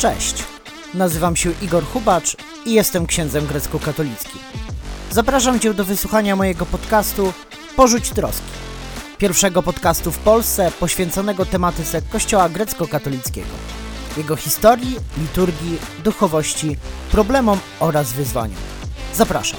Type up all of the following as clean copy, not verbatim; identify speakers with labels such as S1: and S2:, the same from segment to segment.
S1: Cześć, nazywam się Igor Hubacz i jestem księdzem grecko-katolickim. Zapraszam Cię do wysłuchania mojego podcastu Porzuć troski, pierwszego podcastu w Polsce poświęconego tematyce Kościoła grecko-katolickiego, jego historii, liturgii, duchowości, problemom oraz wyzwaniom. Zapraszam.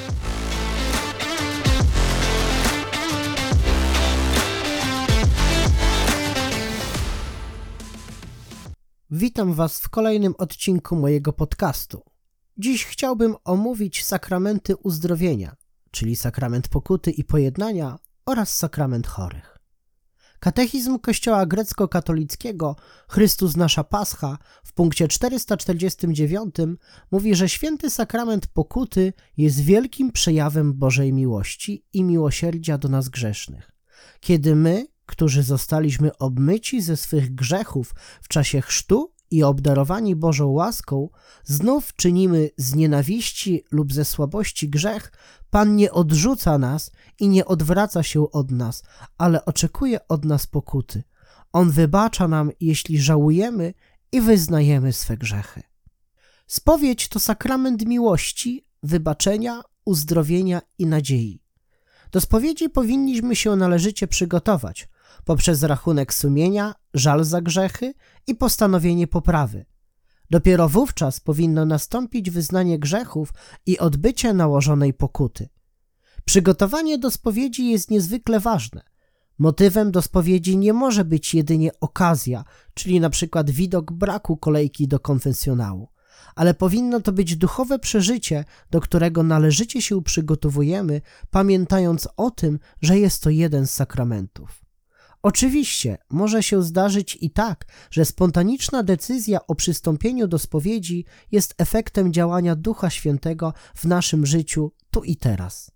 S1: Witam Was w kolejnym odcinku mojego podcastu. Dziś chciałbym omówić sakramenty uzdrowienia, czyli sakrament pokuty i pojednania oraz sakrament chorych. Katechizm Kościoła grecko-katolickiego Chrystus nasza Pascha w punkcie 449 mówi, że święty sakrament pokuty jest wielkim przejawem Bożej miłości i miłosierdzia do nas grzesznych. Kiedy my, którzy zostaliśmy obmyci ze swych grzechów w czasie chrztu i obdarowani Bożą łaską, znów czynimy z nienawiści lub ze słabości grzech, Pan nie odrzuca nas i nie odwraca się od nas, ale oczekuje od nas pokuty. On wybacza nam, jeśli żałujemy i wyznajemy swe grzechy. Spowiedź to sakrament miłości, wybaczenia, uzdrowienia i nadziei. Do spowiedzi powinniśmy się należycie przygotować poprzez rachunek sumienia, żal za grzechy i postanowienie poprawy. Dopiero wówczas powinno nastąpić wyznanie grzechów i odbycie nałożonej pokuty. Przygotowanie do spowiedzi jest niezwykle ważne. Motywem do spowiedzi nie może być jedynie okazja, czyli na przykład widok braku kolejki do konfesjonału, ale powinno to być duchowe przeżycie, do którego należycie się przygotowujemy, pamiętając o tym, że jest to jeden z sakramentów. Oczywiście może się zdarzyć i tak, że spontaniczna decyzja o przystąpieniu do spowiedzi jest efektem działania Ducha Świętego w naszym życiu tu i teraz.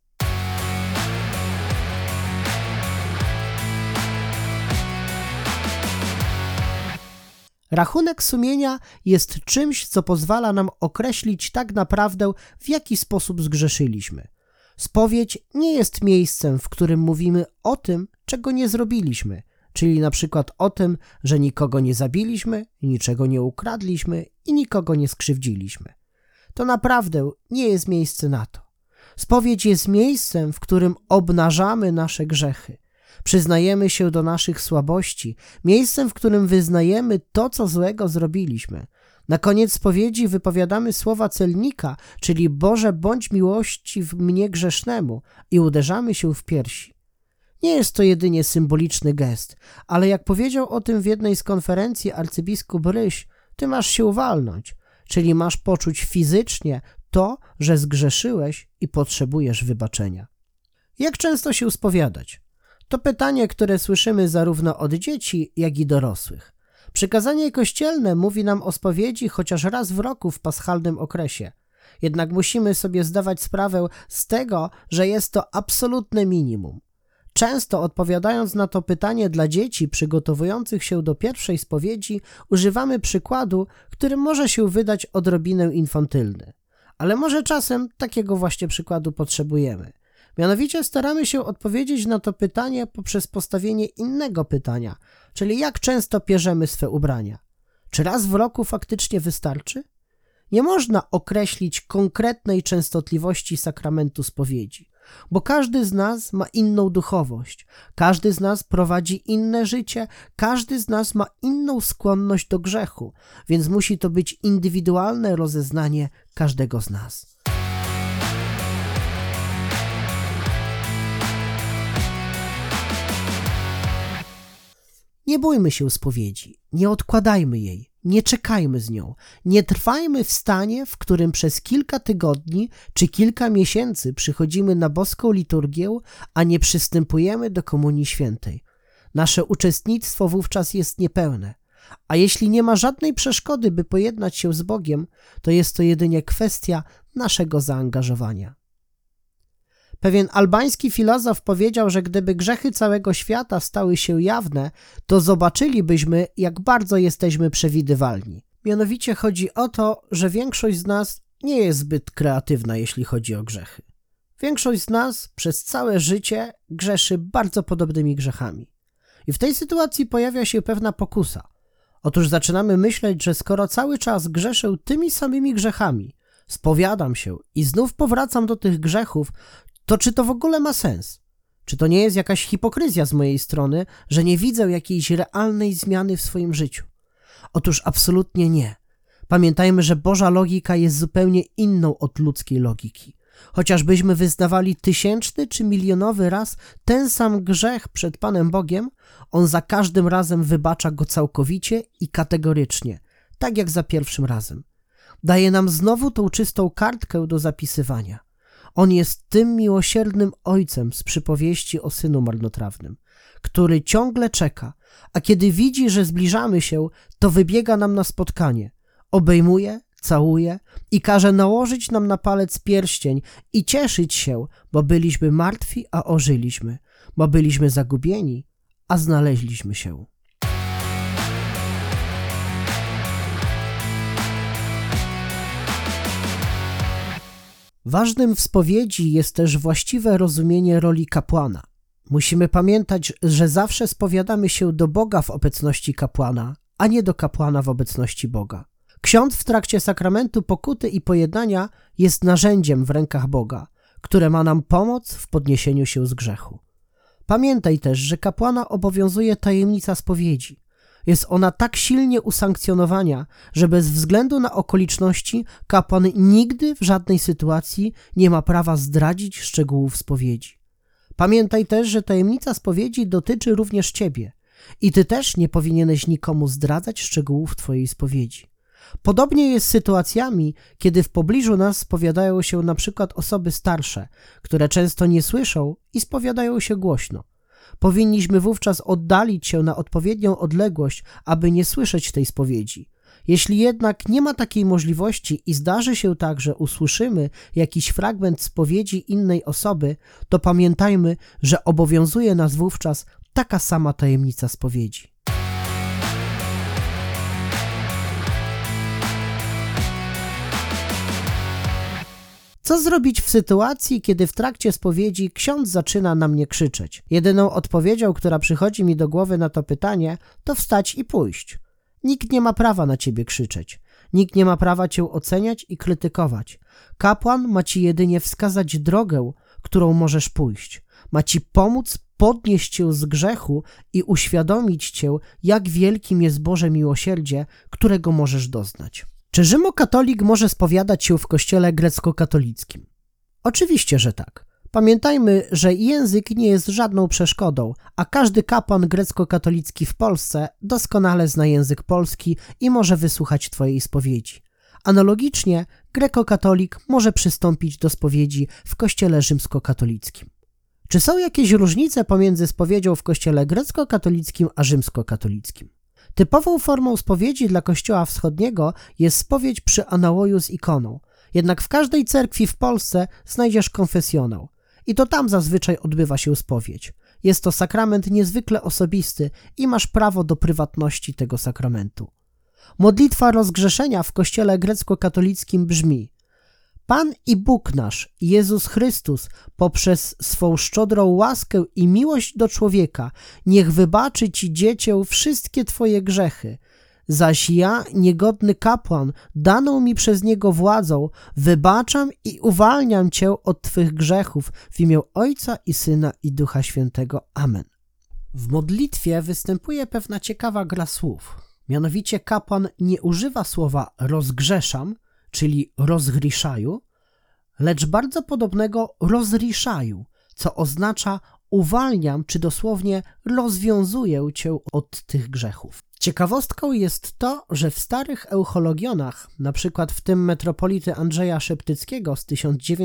S1: Rachunek sumienia jest czymś, co pozwala nam określić tak naprawdę, w jaki sposób zgrzeszyliśmy. Spowiedź nie jest miejscem, w którym mówimy o tym, czego nie zrobiliśmy, czyli na przykład o tym, że nikogo nie zabiliśmy, niczego nie ukradliśmy i nikogo nie skrzywdziliśmy. To naprawdę nie jest miejsce na to. Spowiedź jest miejscem, w którym obnażamy nasze grzechy. Przyznajemy się do naszych słabości, miejscem, w którym wyznajemy to, co złego zrobiliśmy. Na koniec spowiedzi wypowiadamy słowa celnika, czyli Boże, bądź miłościw mnie grzesznemu, i uderzamy się w piersi. Nie jest to jedynie symboliczny gest, ale jak powiedział o tym w jednej z konferencji arcybiskup Ryś, ty masz się walnąć, czyli masz poczuć fizycznie to, że zgrzeszyłeś i potrzebujesz wybaczenia. Jak często się spowiadać? To pytanie, które słyszymy zarówno od dzieci, jak i dorosłych. Przykazanie kościelne mówi nam o spowiedzi chociaż raz w roku w paschalnym okresie. Jednak musimy sobie zdawać sprawę z tego, że jest to absolutne minimum. Często odpowiadając na to pytanie dla dzieci przygotowujących się do pierwszej spowiedzi, używamy przykładu, który może się wydać odrobinę infantylny. Ale może czasem takiego właśnie przykładu potrzebujemy. Mianowicie staramy się odpowiedzieć na to pytanie poprzez postawienie innego pytania, czyli jak często pierzemy swe ubrania. Czy raz w roku faktycznie wystarczy? Nie można określić konkretnej częstotliwości sakramentu spowiedzi, bo każdy z nas ma inną duchowość, każdy z nas prowadzi inne życie, każdy z nas ma inną skłonność do grzechu, więc musi to być indywidualne rozeznanie każdego z nas. Nie bójmy się spowiedzi, nie odkładajmy jej, nie czekajmy z nią, nie trwajmy w stanie, w którym przez kilka tygodni czy kilka miesięcy przychodzimy na boską liturgię, a nie przystępujemy do Komunii Świętej. Nasze uczestnictwo wówczas jest niepełne, a jeśli nie ma żadnej przeszkody, by pojednać się z Bogiem, to jest to jedynie kwestia naszego zaangażowania. Pewien albański filozof powiedział, że gdyby grzechy całego świata stały się jawne, to zobaczylibyśmy, jak bardzo jesteśmy przewidywalni. Mianowicie chodzi o to, że większość z nas nie jest zbyt kreatywna, jeśli chodzi o grzechy. Większość z nas przez całe życie grzeszy bardzo podobnymi grzechami. I w tej sytuacji pojawia się pewna pokusa. Otóż zaczynamy myśleć, że skoro cały czas grzeszę tymi samymi grzechami, spowiadam się i znów powracam do tych grzechów, to czy to w ogóle ma sens? Czy to nie jest jakaś hipokryzja z mojej strony, że nie widzę jakiejś realnej zmiany w swoim życiu? Otóż absolutnie nie. Pamiętajmy, że Boża logika jest zupełnie inną od ludzkiej logiki. Chociażbyśmy wyznawali tysięczny czy milionowy raz ten sam grzech przed Panem Bogiem, On za każdym razem wybacza go całkowicie i kategorycznie, tak jak za pierwszym razem. Daje nam znowu tą czystą kartkę do zapisywania. On jest tym miłosiernym Ojcem z przypowieści o synu marnotrawnym, który ciągle czeka, a kiedy widzi, że zbliżamy się, to wybiega nam na spotkanie, obejmuje, całuje i każe nałożyć nam na palec pierścień i cieszyć się, bo byliśmy martwi, a ożyliśmy, bo byliśmy zagubieni, a znaleźliśmy się. Ważnym w spowiedzi jest też właściwe rozumienie roli kapłana. Musimy pamiętać, że zawsze spowiadamy się do Boga w obecności kapłana, a nie do kapłana w obecności Boga. Ksiądz w trakcie sakramentu pokuty i pojednania jest narzędziem w rękach Boga, które ma nam pomóc w podniesieniu się z grzechu. Pamiętaj też, że kapłana obowiązuje tajemnica spowiedzi. Jest ona tak silnie usankcjonowana, że bez względu na okoliczności kapłan nigdy w żadnej sytuacji nie ma prawa zdradzić szczegółów spowiedzi. Pamiętaj też, że tajemnica spowiedzi dotyczy również ciebie i ty też nie powinieneś nikomu zdradzać szczegółów twojej spowiedzi. Podobnie jest z sytuacjami, kiedy w pobliżu nas spowiadają się na przykład osoby starsze, które często nie słyszą i spowiadają się głośno. Powinniśmy wówczas oddalić się na odpowiednią odległość, aby nie słyszeć tej spowiedzi. Jeśli jednak nie ma takiej możliwości i zdarzy się tak, że usłyszymy jakiś fragment spowiedzi innej osoby, to pamiętajmy, że obowiązuje nas wówczas taka sama tajemnica spowiedzi. Co zrobić w sytuacji, kiedy w trakcie spowiedzi ksiądz zaczyna na mnie krzyczeć? Jedyną odpowiedzią, która przychodzi mi do głowy na to pytanie, to wstać i pójść. Nikt nie ma prawa na ciebie krzyczeć. Nikt nie ma prawa cię oceniać i krytykować. Kapłan ma ci jedynie wskazać drogę, którą możesz pójść. Ma ci pomóc podnieść cię z grzechu i uświadomić cię, jak wielkim jest Boże miłosierdzie, którego możesz doznać. Czy rzymokatolik może spowiadać się w kościele grecko-katolickim? Oczywiście, że tak. Pamiętajmy, że język nie jest żadną przeszkodą, a każdy kapłan grecko-katolicki w Polsce doskonale zna język polski i może wysłuchać twojej spowiedzi. Analogicznie grekokatolik może przystąpić do spowiedzi w kościele rzymskokatolickim. Czy są jakieś różnice pomiędzy spowiedzią w kościele grecko-katolickim a rzymskokatolickim? Typową formą spowiedzi dla Kościoła Wschodniego jest spowiedź przy anałoju z ikoną, jednak w każdej cerkwi w Polsce znajdziesz konfesjonał i to tam zazwyczaj odbywa się spowiedź. Jest to sakrament niezwykle osobisty i masz prawo do prywatności tego sakramentu. Modlitwa rozgrzeszenia w Kościele grecko-katolickim brzmi: Pan i Bóg nasz, Jezus Chrystus, poprzez swą szczodrą łaskę i miłość do człowieka, niech wybaczy ci, dziecię, wszystkie twoje grzechy. Zaś ja, niegodny kapłan, daną mi przez Niego władzą, wybaczam i uwalniam cię od twych grzechów w imię Ojca i Syna i Ducha Świętego. Amen. W modlitwie występuje pewna ciekawa gra słów. Mianowicie kapłan nie używa słowa rozgrzeszam, czyli rozgriszaju, lecz bardzo podobnego rozriszaju, co oznacza uwalniam, czy dosłownie rozwiązuję cię od tych grzechów. Ciekawostką jest to, że w starych euchologionach, na przykład w tym metropolity Andrzeja Szeptyckiego z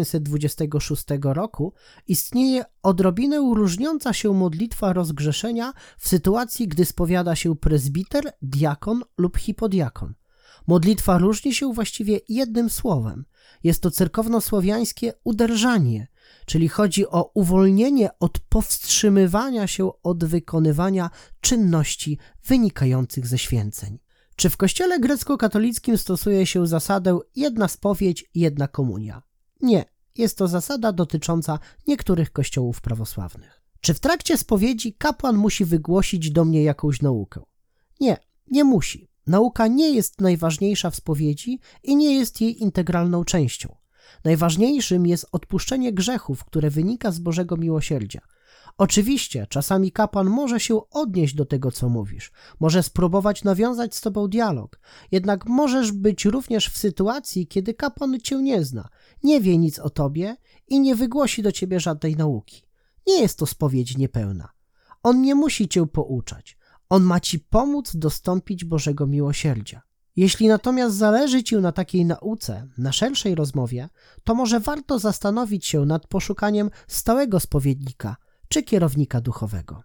S1: 1926 roku, istnieje odrobinę różniąca się modlitwa rozgrzeszenia w sytuacji, gdy spowiada się prezbiter, diakon lub hipodiakon. Modlitwa różni się właściwie jednym słowem. Jest to cerkownosłowiańskie uderżanie, czyli chodzi o uwolnienie od powstrzymywania się od wykonywania czynności wynikających ze święceń. Czy w kościele grecko-katolickim stosuje się zasadę jedna spowiedź, jedna komunia? Nie, jest to zasada dotycząca niektórych kościołów prawosławnych. Czy w trakcie spowiedzi kapłan musi wygłosić do mnie jakąś naukę? Nie, nie musi. nauka nie jest najważniejsza w spowiedzi i nie jest jej integralną częścią. Najważniejszym jest odpuszczenie grzechów, które wynika z Bożego miłosierdzia. Oczywiście, czasami kapłan może się odnieść do tego, co mówisz, może spróbować nawiązać z tobą dialog, jednak możesz być również w sytuacji, kiedy kapłan cię nie zna, nie wie nic o tobie i nie wygłosi do ciebie żadnej nauki. Nie jest to spowiedź niepełna. On nie musi cię pouczać. On ma ci pomóc dostąpić Bożego miłosierdzia. Jeśli natomiast zależy ci na takiej nauce, na szerszej rozmowie, to może warto zastanowić się nad poszukaniem stałego spowiednika czy kierownika duchowego.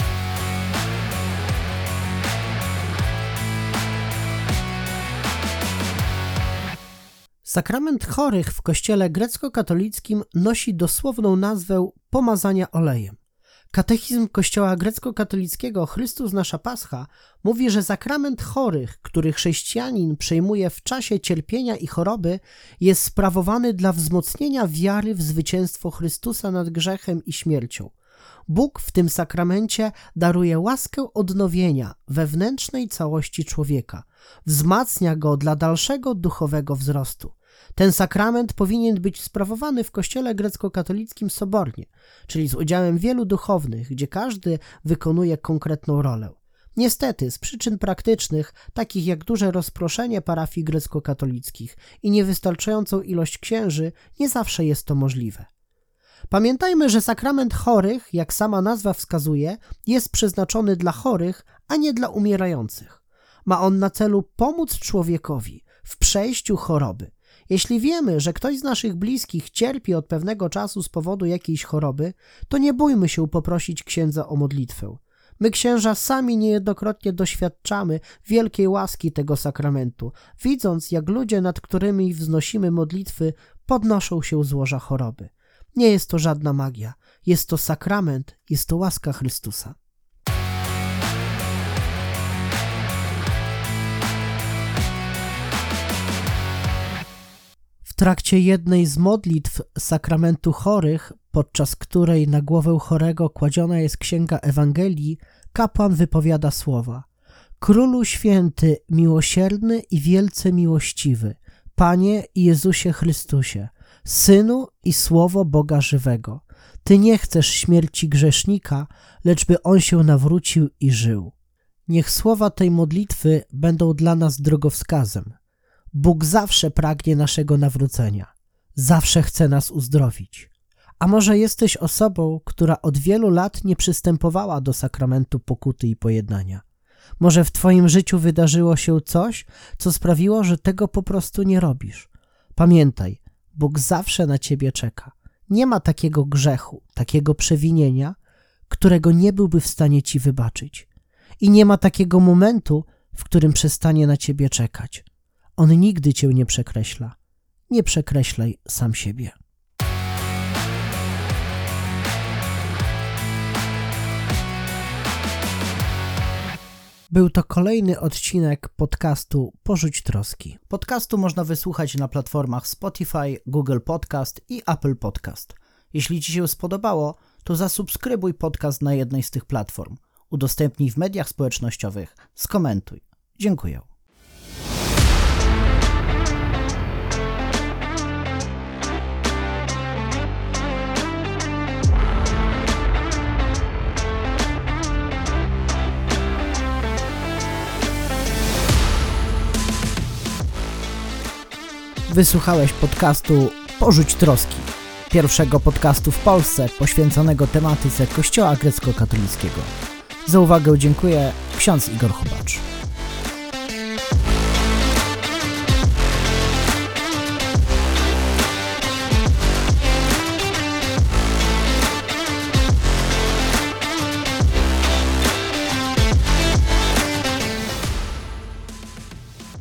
S1: Sakrament chorych w kościele grecko-katolickim nosi dosłowną nazwę pomazania olejem. Katechizm Kościoła grecko-katolickiego Chrystus Nasza Pascha mówi, że sakrament chorych, który chrześcijanin przyjmuje w czasie cierpienia i choroby, jest sprawowany dla wzmocnienia wiary w zwycięstwo Chrystusa nad grzechem i śmiercią. Bóg w tym sakramencie daruje łaskę odnowienia wewnętrznej całości człowieka, wzmacnia go dla dalszego duchowego wzrostu. Ten sakrament powinien być sprawowany w kościele grecko-katolickim sobornie, czyli z udziałem wielu duchownych, gdzie każdy wykonuje konkretną rolę. Niestety, z przyczyn praktycznych, takich jak duże rozproszenie parafii grecko-katolickich i niewystarczającą ilość księży, nie zawsze jest to możliwe. Pamiętajmy, że sakrament chorych, jak sama nazwa wskazuje, jest przeznaczony dla chorych, a nie dla umierających. Ma on na celu pomóc człowiekowi w przejściu choroby. Jeśli wiemy, że ktoś z naszych bliskich cierpi od pewnego czasu z powodu jakiejś choroby, to nie bójmy się poprosić księdza o modlitwę. My, księża, sami niejednokrotnie doświadczamy wielkiej łaski tego sakramentu, widząc, jak ludzie, nad którymi wznosimy modlitwy, podnoszą się z łoża choroby. Nie jest to żadna magia, jest to sakrament, jest to łaska Chrystusa. W trakcie jednej z modlitw sakramentu chorych, podczas której na głowę chorego kładziona jest księga Ewangelii, kapłan wypowiada słowa: Królu święty, miłosierny i wielce miłościwy, Panie Jezusie Chrystusie, Synu i Słowo Boga żywego, Ty nie chcesz śmierci grzesznika, lecz by on się nawrócił i żył. Niech słowa tej modlitwy będą dla nas drogowskazem. Bóg zawsze pragnie naszego nawrócenia, zawsze chce nas uzdrowić. A może jesteś osobą, która od wielu lat nie przystępowała do sakramentu pokuty i pojednania? Może w twoim życiu wydarzyło się coś, co sprawiło, że tego po prostu nie robisz? Pamiętaj, Bóg zawsze na ciebie czeka. Nie ma takiego grzechu, takiego przewinienia, którego nie byłby w stanie ci wybaczyć. I nie ma takiego momentu, w którym przestanie na ciebie czekać. On nigdy cię nie przekreśla. Nie przekreślaj sam siebie. Był to kolejny odcinek podcastu Porzuć troski. Podcastu można wysłuchać na platformach Spotify, Google Podcast i Apple Podcast. Jeśli ci się spodobało, to zasubskrybuj podcast na jednej z tych platform. Udostępnij w mediach społecznościowych, skomentuj. Dziękuję. Wysłuchałeś podcastu Porzuć troski, pierwszego podcastu w Polsce poświęconego tematyce Kościoła grecko-katolickiego. Za uwagę dziękuję, ksiądz Igor Chubacz.